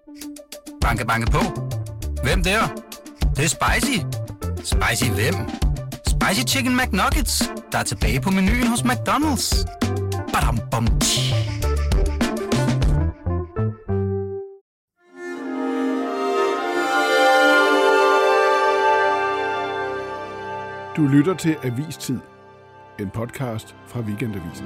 Banke, banke på. Hvem der? Det er spicy. Spicy hvem? Spicy Chicken McNuggets, der er tilbage på menuen hos McDonald's. Badum, bom, tji. Du lytter til Avistid, en podcast fra Weekendavisen.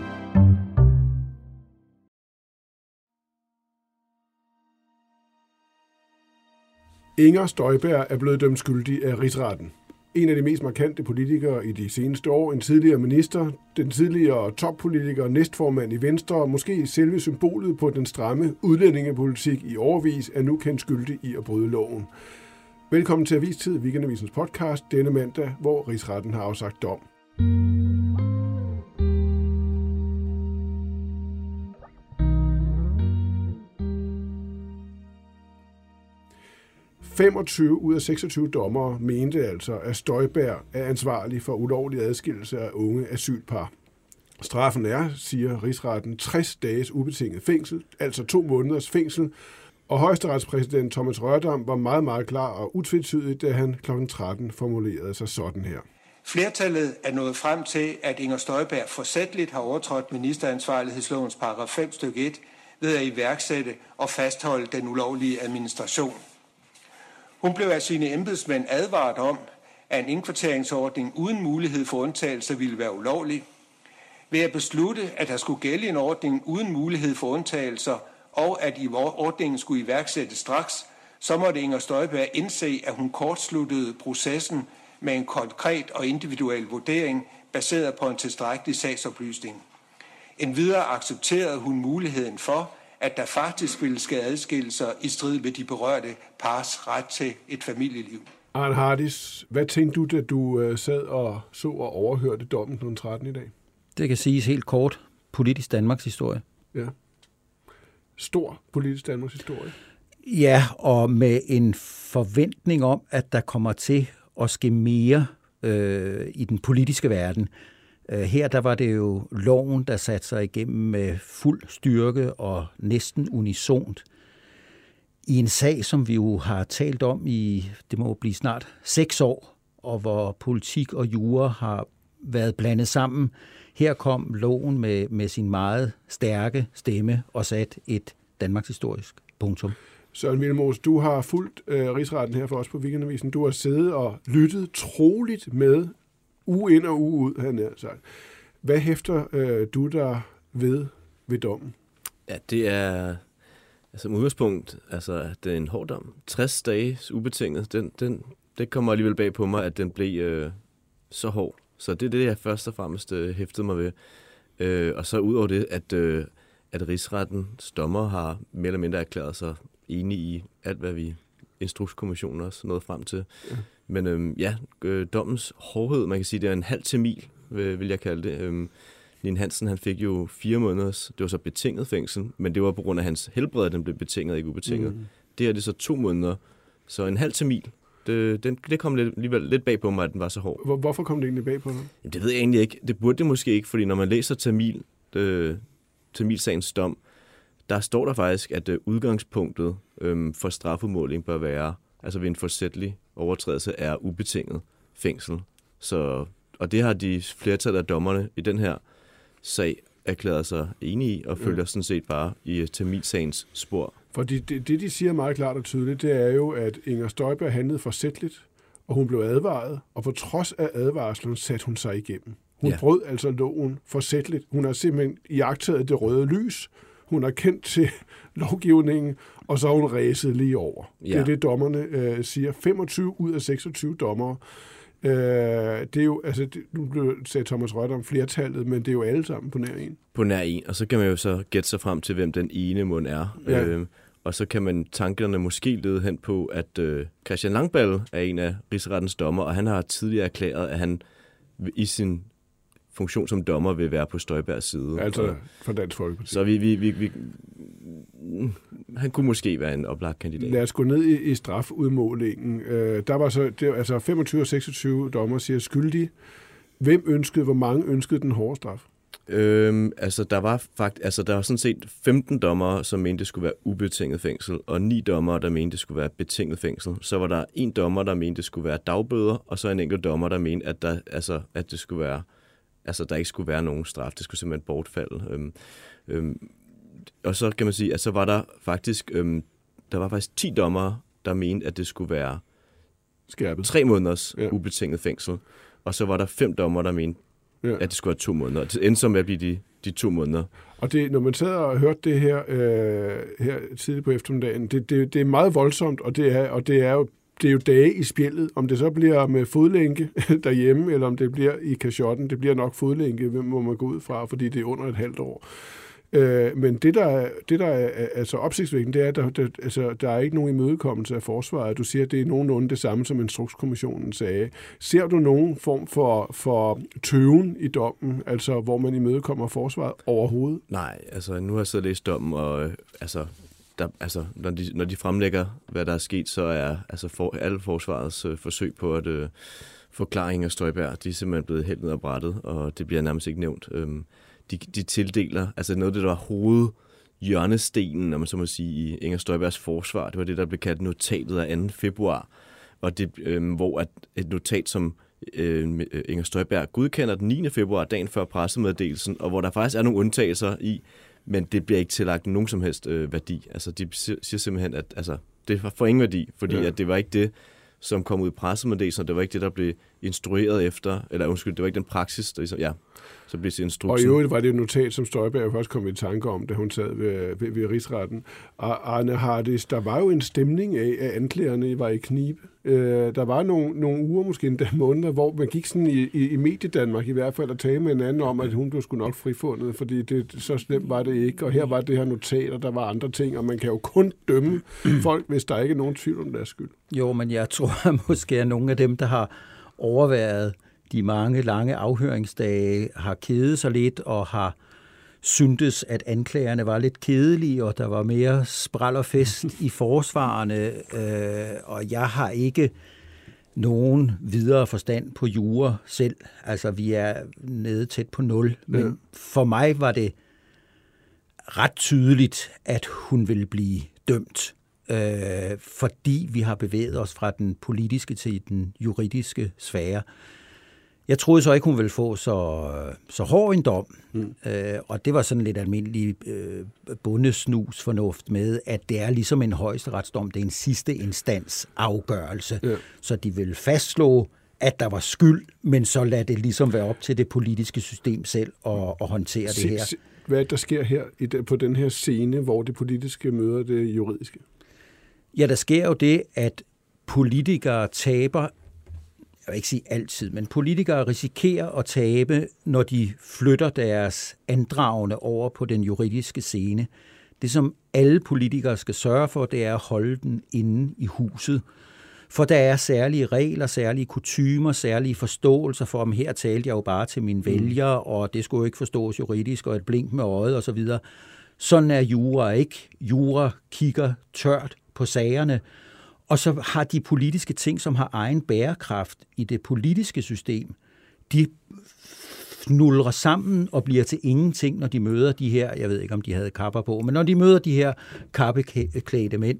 Inger Støjberg er blevet dømt skyldig af Rigsretten. En af de mest markante politikere i de seneste år, en tidligere minister, den tidligere toppolitiker, næstformand i Venstre, måske selve symbolet på den stramme udlændingepolitik i årevis, er nu kendt skyldig i at bryde loven. Velkommen til Avistid, Weekendavisens podcast, denne mandag, hvor Rigsretten har afsagt dom. ...25 ud af 26 dommere mente altså, at Støjberg er ansvarlig for ulovlig adskillelse af unge asylpar. Straffen er, siger Rigsretten, 60 dages ubetinget fængsel, altså 2 måneders fængsel, og højesteretspræsident Thomas Rørdam var meget, meget klar og utvetydig, da han kl. 13 formulerede sig sådan her. Flertallet er nået frem til, at Inger Støjberg forsætligt har overtrådt ministeransvarlighedslovens paragraf 5 stykke 1 ved at iværksætte og fastholde den ulovlige administration. Hun blev af sine embedsmænd advaret om, at en indkvarteringsordning uden mulighed for undtagelser ville være ulovlig. Ved at beslutte, at der skulle gælde en ordning uden mulighed for undtagelser, og at ordningen skulle iværksættes straks, så måtte Inger Støjberg indse, at hun kortsluttede processen med en konkret og individuel vurdering, baseret på en tilstrækkelig sagsoplysning. Endvidere accepterede hun muligheden for, at der faktisk ville ske adskillelser i strid med de berørte pars ret til et familieliv. Arne Hardis, hvad tænkte du, da du sad og så og overhørte dommen kl. 13 i dag? Det kan siges helt kort. Politisk Danmarks historie. Ja. Stor politisk Danmarks historie. Ja, og med en forventning om, at der kommer til at ske mere i den politiske verden. Her der var det jo loven, der satte sig igennem med fuld styrke og næsten unisont i en sag, som vi jo har talt om i, det må blive snart 6 år, og hvor politik og jura har været blandet sammen. Her kom loven med sin meget stærke stemme og sat et danmarkshistorisk punktum. Søren Willemoes, du har fulgt Rigsretten her for os på Weekendavisen. Du har siddet og lyttet troligt med uge ind og uge ud, han har sagt. Hvad hæfter du der ved dommen? Ja, det er som udgangspunkt, altså det er en hård dom. 60 dages ubetinget, det kommer alligevel bag på mig, at den blev så hård. Så det er det, jeg først og fremmest hæftede mig ved. Og så ud over det, at Rigsrettens dommer har mere eller mindre erklæret sig enige i alt, hvad vi Instrukskommissionen også nåede frem til. Ja. Men dommens hårdhed, man kan sige, det er en halv tamil, vil jeg kalde det. Nien Hansen, han fik jo 4 måneders, det var så betinget fængsel, men det var på grund af hans helbred, at den blev betinget, ikke ubetinget. Det er det så 2 måneder, så en halv tamil. Det kom alligevel lidt bag på mig, at den var så hård. Hvorfor kom det egentlig bag på dig? Jamen, det ved jeg egentlig ikke. Det burde det måske ikke, fordi når man læser Tamilsagens dom, der står der faktisk, at udgangspunktet for strafudmåling bør være, altså ved en forsætlig overtrædelse, er ubetinget fængsel. Og det har de flertal af dommerne i den her sag erklæret sig enige i, og følger sådan set bare i Tamilsagens spor. Fordi det, de siger meget klart og tydeligt, det er jo, at Inger Støjberg handlede forsætligt, og hun blev advaret, og på trods af advarslen satte hun sig igennem. Hun brød altså loven forsætligt. Hun har simpelthen iagttaget det røde lys. Hun har kendt til lovgivningen, og så har hun ræset lige over. Ja. Det er det, dommerne siger. 25 ud af 26 dommere. Det er jo, altså, nu blev sagt Thomas Rørdam flertallet, men det er jo alle sammen på nær en. På nær en, og så kan man jo så gætte sig frem til, hvem den ene mund er. Ja. Og så kan man tankerne måske lede hen på, at Christian Langballe er en af Rigsrettens dommer, og han har tidligere erklæret, at han i sin funktion som dommer vil være på Støjbergs side. Altså for Dansk Folkeparti. Så han kunne måske være en oplagt kandidat. Lad os gå ned i strafudmålingen. Der var så, altså 25 og 26 dommer siger skyldige. Hvor mange ønskede den hårde straf? Der var sådan set 15 dommere, som mente, det skulle være ubetinget fængsel, og 9 dommere, der mente, det skulle være betinget fængsel. Så var der en dommer, der mente, det skulle være dagbøder, og så en enkelt dommer, der mente, at det skulle være, der ikke skulle være nogen straf. Det skulle simpelthen bortfalde. Og så kan man sige, at så var der faktisk 10 dommere, der mente, at det skulle være skærpet 3 måneders ubetinget fængsel. Og så var der 5 dommere, der mente, at det skulle være 2 måneder. Det endte så med at blive de 2 måneder. Og det, når man sad og hørte det her tidligt på eftermiddagen, det er meget voldsomt, og det er jo dage i spjældet. Om det så bliver med fodlænke derhjemme, eller om det bliver i kashotten, det bliver nok fodlænke, hvem må man gå ud fra, fordi det er under et halvt år. Men det, der er altså opsigtsvækkende, det er, at der er ikke nogen imødekommelse af forsvaret. Du siger, at det er nogenlunde det samme, som Instrukskommissionen sagde. Ser du nogen form for tøven i dommen, altså hvor man imødekommer forsvaret overhovedet? Nej, nu har jeg siddet og læst dommen, og når de fremlægger, hvad der er sket, så er alle forsvarets forsøg på at forklare Inger Støjberg, de er simpelthen blevet hældt ned ad brættet, og det bliver nærmest ikke nævnt. De tildeler, noget af det, der var hovedhjørnestenen, når man så må sige, i Inger Støjbergs forsvar, det var det, der blev kaldt notatet af 2. februar, og det, hvor et notat, som Inger Støjberg godkender den 9. februar, dagen før pressemeddelelsen, og hvor der faktisk er nogle undtagelser i, men det bliver ikke tillagt nogen som helst værdi. De siger simpelthen, at det får ingen værdi, fordi at det var ikke det, som kom ud i pressemeddelelsen, det var ikke det, der blev instrueret efter, det var ikke den praksis, der så blev det instruksen. Og i øvrigt var det et notat, som Støjberg først kom i tanke om, da hun sad ved rigsretten. Og Arne Hardis, der var jo en stemning af, at anklagerne var i knibe. Der var nogle uger, måske endda måneder, hvor man gik sådan i Mediedanmark i hvert fald og talte med en anden om, at hun blev sgu nok frifundet, fordi så slemt var det ikke. Og her var det her notat, og der var andre ting, og man kan jo kun dømme folk, hvis der ikke er nogen tvivl om deres skyld. Jo, men jeg tror at måske, at nogle af dem, der har overværet de mange lange afhøringsdage, har kedet sig lidt og har syntes, at anklagerne var lidt kedelige, og der var mere spræl og fest i forsvarerne, og jeg har ikke nogen videre forstand på jura selv. Vi er nede tæt på 0, men for mig var det ret tydeligt, at hun ville blive dømt, fordi vi har bevæget os fra den politiske til den juridiske sfære. Jeg troede så ikke, hun ville få så hård en dom, og det var sådan lidt almindelig bondesnus fornuft med, at det er ligesom en højesteretsdom, det er en sidste instans afgørelse, så de vil fastslå, at der var skyld, men så lad det ligesom være op til det politiske system selv at håndtere det her. Hvad der sker her på den her scene, hvor det politiske møder det juridiske? Ja, der sker jo det, at politikere taber. Jeg vil ikke sige altid, men politikere risikerer at tabe, når de flytter deres andragende over på den juridiske scene. Det, som alle politikere skal sørge for, det er at holde den inde i huset. For der er særlige regler, særlige kutymer, særlige forståelser for, om her talte jeg jo bare til mine vælgere, og det skulle jo ikke forstås juridisk, og et blink med øjet osv. Sådan er jura ikke. Jura kigger tørt på sagerne. Og så har de politiske ting, som har egen bærekraft i det politiske system, de fnulrer sammen og bliver til ingenting, når de møder de her, jeg ved ikke, om de havde kapper på, men når de møder de her kappeklædte mænd.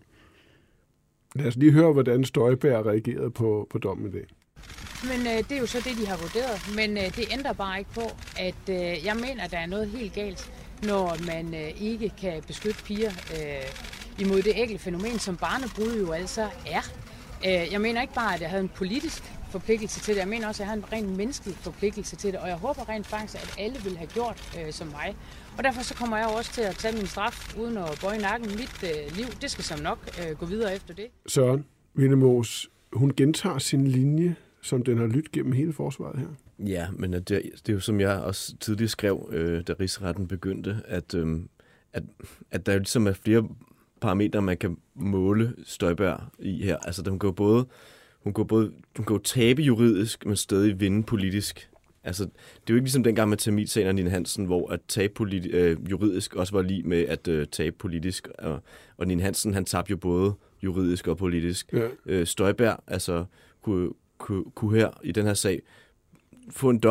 Lad os lige høre, hvordan Støjberg reagerede på dommen i dag. Men det er jo så det, de har vurderet. Men det ændrer bare ikke på, at jeg mener, at der er noget helt galt, når man ikke kan beskytte piger imod det ægle fænomen, som barnebrud jo altså er. Jeg mener ikke bare, at jeg havde en politisk forpligtelse til det. Jeg mener også, at jeg havde en rent menneskelig forpligtelse til det. Og jeg håber rent faktisk, at alle vil have gjort som mig. Og derfor så kommer jeg også til at tage min straf uden at bøje nakken. Mit liv, det skal som nok gå videre efter det. Søren Willemoes, hun gentager sin linje, som den har lyttet gennem hele forsvaret her. Ja, men det er jo, som jeg også tidligere skrev, da rigsretten begyndte, at der jo ligesom er flere parametre, man kan måle Støjberg i her. Hun kan jo tabe juridisk, men stadig vinde politisk. Det er jo ikke ligesom dengang med tamilsagen og Nina Hansen, hvor at tabe juridisk også var lige med at tabe politisk. Og Nina Hansen, han tabte jo både juridisk og politisk. Ja. Støjberg kunne her i den her sag få en dom,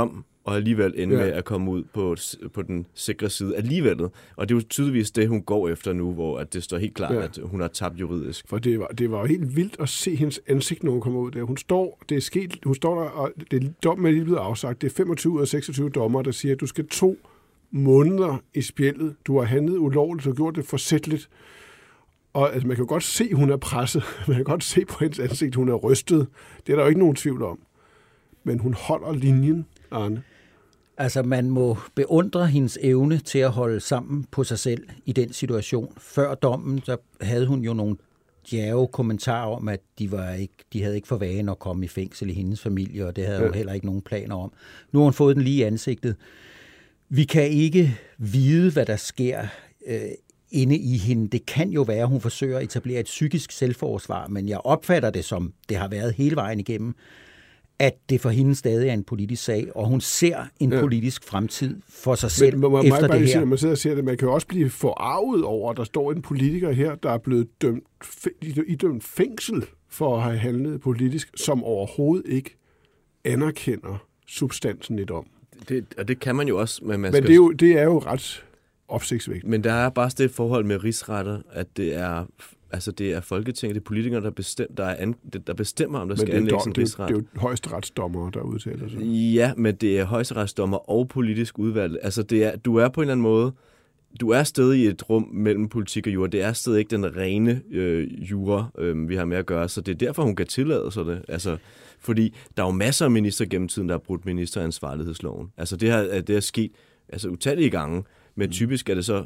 og alligevel ende med at komme ud på den sikre side alligevel. Og det er jo tydeligvis det, hun går efter nu, hvor at det står helt klart, at hun har tabt juridisk. For det var jo helt vildt at se hendes ansigt, når hun kommer ud der. Hun står der, og dommen er lige blevet afsagt. Det er 25 ud af 26 dommer, der siger, at du skal 2 måneder i spjældet. Du har handlet ulovligt, du har gjort det forsætligt. Og altså, man kan godt se, hun er presset. Man kan godt se på hendes ansigt, hun er rystet. Det er der jo ikke nogen tvivl om. Men hun holder linjen, Arne. Altså, man må beundre hendes evne til at holde sammen på sig selv i den situation. Før dommen, så havde hun jo nogle djærve kommentarer om, at de havde ikke for vane at komme i fængsel i hendes familie, og det havde jo heller ikke nogen planer om. Nu har hun fået den lige i ansigtet. Vi kan ikke vide, hvad der sker inde i hende. Det kan jo være, at hun forsøger at etablere et psykisk selvforsvar, men jeg opfatter det, som det har været hele vejen igennem, at det for hende stadig er en politisk sag, og hun ser en politisk fremtid for sig selv efter det her. Man sidder og ser det, man kan jo også blive forarvet over, at der står en politiker her, der er blevet idømt fængsel for at have handlet politisk, som overhovedet ikke anerkender substansen i dom. Det kan man jo også. Men det er jo ret opsigtsvækkende. Men der er bare det forhold med rigsretter, at det er Folketinget, det er politikere, der bestemmer, om der skal anlægges en rigsret. Det er jo højesteretsdommere, der udtaler sig. Ja, men det er højesteretsdommer og politisk udvalg. Altså, du er på en eller anden måde, du er stadig i et rum mellem politik og jura. Det er stadig ikke den rene jura, vi har med at gøre. Så det er derfor, hun kan tillade sig det. Altså, fordi der er jo masser af minister gennem tiden, der har brudt ministeransvarlighedsloven. Altså, det er sket utallige gange. Men typisk er det så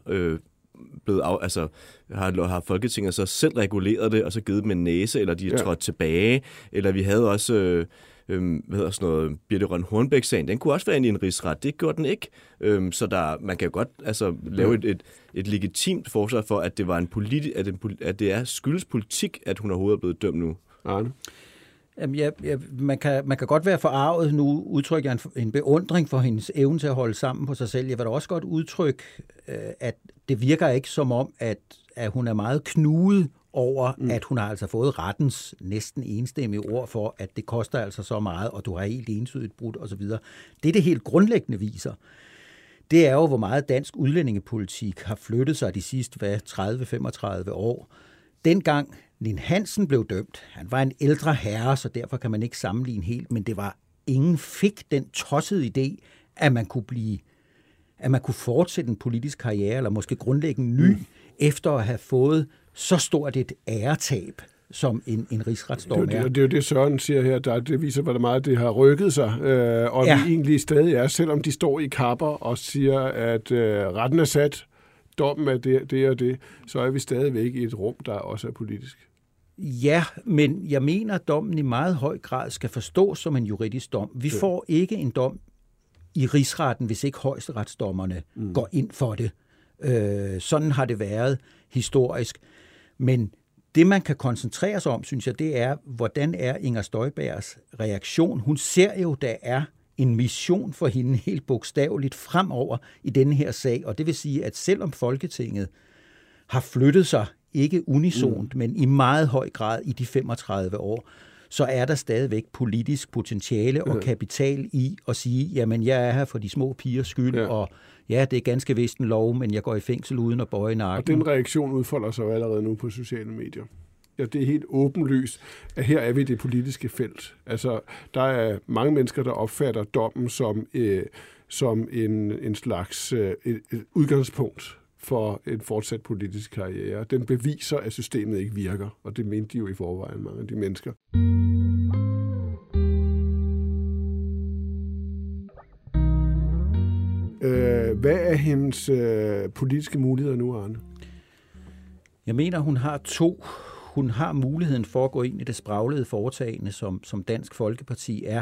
har Folketinget så selv reguleret det, og så givet dem en næse, eller de er trådt tilbage. Eller vi havde også, Birthe Rønn Hornbech-sagen, den kunne også være inde i en rigsret. Det gjorde den ikke. Så man kan jo godt lave et legitimt forsvar for, at det var at det er skyldes politik, at hun overhovedet er blevet dømt nu. Arne? Man kan godt være forarvet. Nu udtrykker jeg en beundring for hendes evne til at holde sammen på sig selv. Jeg vil da også godt udtrykke, at det virker ikke som om, at hun er meget knudet over, at hun har altså fået rettens næsten enstemmige ord for, at det koster altså så meget, og du har helt entydigt brudt osv. Det helt grundlæggende viser, det er jo, hvor meget dansk udlændingepolitik har flyttet sig de sidste 30-35 år. Dengang Lin Hansen blev dømt, han var en ældre herre, så derfor kan man ikke sammenligne helt, men ingen fik den tossede idé, at man kunne fortsætte en politisk karriere, eller måske grundlægge en ny, efter at have fået så stort et æretab, som en rigsretsdom er. Det er jo det, Søren siger her, det viser, hvor meget det har rykket sig, og vi egentlig stadig er, selvom de står i kapper og siger, at retten er sat, dommen er det og det, så er vi stadigvæk i et rum, der også er politisk. Ja, men jeg mener, at dommen i meget høj grad skal forstås som en juridisk dom. Vi får ikke en dom i rigsretten, hvis ikke højesteretsdommerne går ind for det. Sådan har det været historisk. Men det, man kan koncentrere sig om, synes jeg, det er, hvordan er Inger Støjbergs reaktion. Hun ser jo, der er en mission for hende helt bogstaveligt fremover i denne her sag. Og det vil sige, at selvom Folketinget har flyttet sig, ikke unisont, men i meget høj grad i de 35 år, så er der stadigvæk politisk potentiale og kapital i at sige, jamen jeg er her for de små pigers skyld, og ja, det er ganske vist en lov, men jeg går i fængsel uden at bøje nakken. Og den reaktion udfolder sig jo allerede nu på sociale medier. Ja, det er helt åbenlyst, at her er vi i det politiske felt. Altså, der er mange mennesker, der opfatter dommen som en slags et udgangspunkt for en fortsat politisk karriere. Den beviser, at systemet ikke virker, og det mente de jo i forvejen, mange af de mennesker. Hvad er hendes politiske muligheder nu, Arne? Jeg mener, hun har 2. Hun har muligheden for at gå ind i det spraglede foretagende, som Dansk Folkeparti er,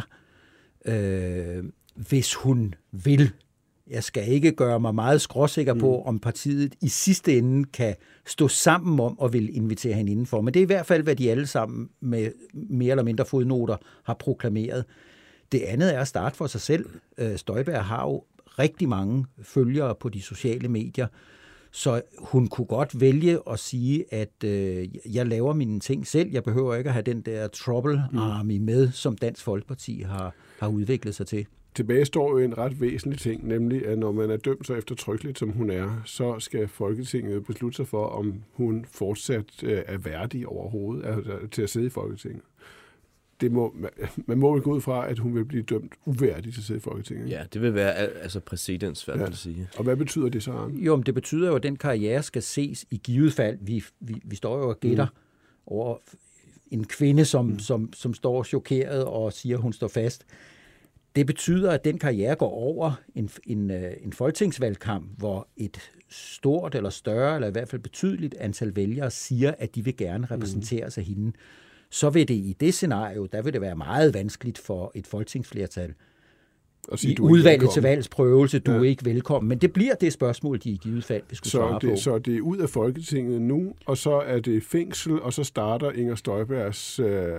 hvis hun vil. Jeg skal ikke gøre mig meget skråsikker på, om partiet i sidste ende kan stå sammen om og vil invitere hende indenfor. Men det er i hvert fald, hvad de alle sammen med mere eller mindre fodnoter har proklameret. Det andet er at starte for sig selv. Støjberg har jo rigtig mange følgere på de sociale medier, så hun kunne godt vælge at sige, at jeg laver mine ting selv. Jeg behøver ikke at have den der trouble army med, som Dansk Folkeparti har udviklet sig til. tilbage står jo en ret væsentlig ting, nemlig at når man er dømt så eftertrykkeligt, som hun er, så skal Folketinget beslutte sig for, om hun fortsat er værdig overhovedet til at sidde i Folketinget. Man må vel gå ud fra, at hun vil blive dømt uværdig til at sidde i Folketinget. Ja, det vil være altså præcedens, hvad vil sige. Og hvad betyder det så, Arne? Jo, men det betyder jo, at den karriere skal ses i givet fald. Vi står jo og gætter over en kvinde, som står chokeret og siger, at hun står fast. Det betyder, at den karriere går over en folketingsvalgkamp, hvor et stort eller større, eller i hvert fald betydeligt antal vælgere siger, at de vil gerne repræsenteres af hende. Så vil det i det scenario, der vil det være meget vanskeligt for et folketingsflertal i udvalget til valgsprøvelse, du er ikke velkommen. Men det bliver det spørgsmål, de i givet fald vil skulle svare på. Så det er ud af Folketinget nu, og så er det fængsel, og så starter Inger Støjbergs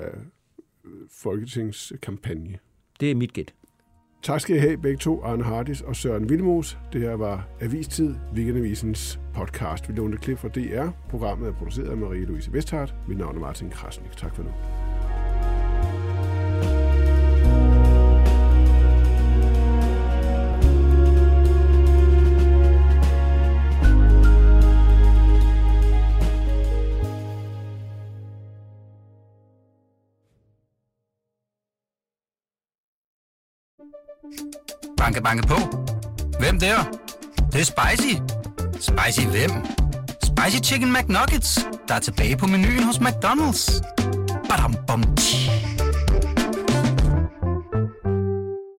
folketingskampagne. Det er mit gæt. Tak skal I have begge to, Arne Hardis og Søren Willemoes. Det her var Avistid, Weekendavisens podcast. Vi lånte klip fra DR. Programmet er produceret af Marie-Louise Vesthardt. Mit navn er Martin Krasnik. Tak for nu. Banke, banke på. Hvem der? Det er spicy. Spicy hvem? Spicy Chicken McNuggets, der er tilbage på menuen hos McDonald's. Badum, bom, tji.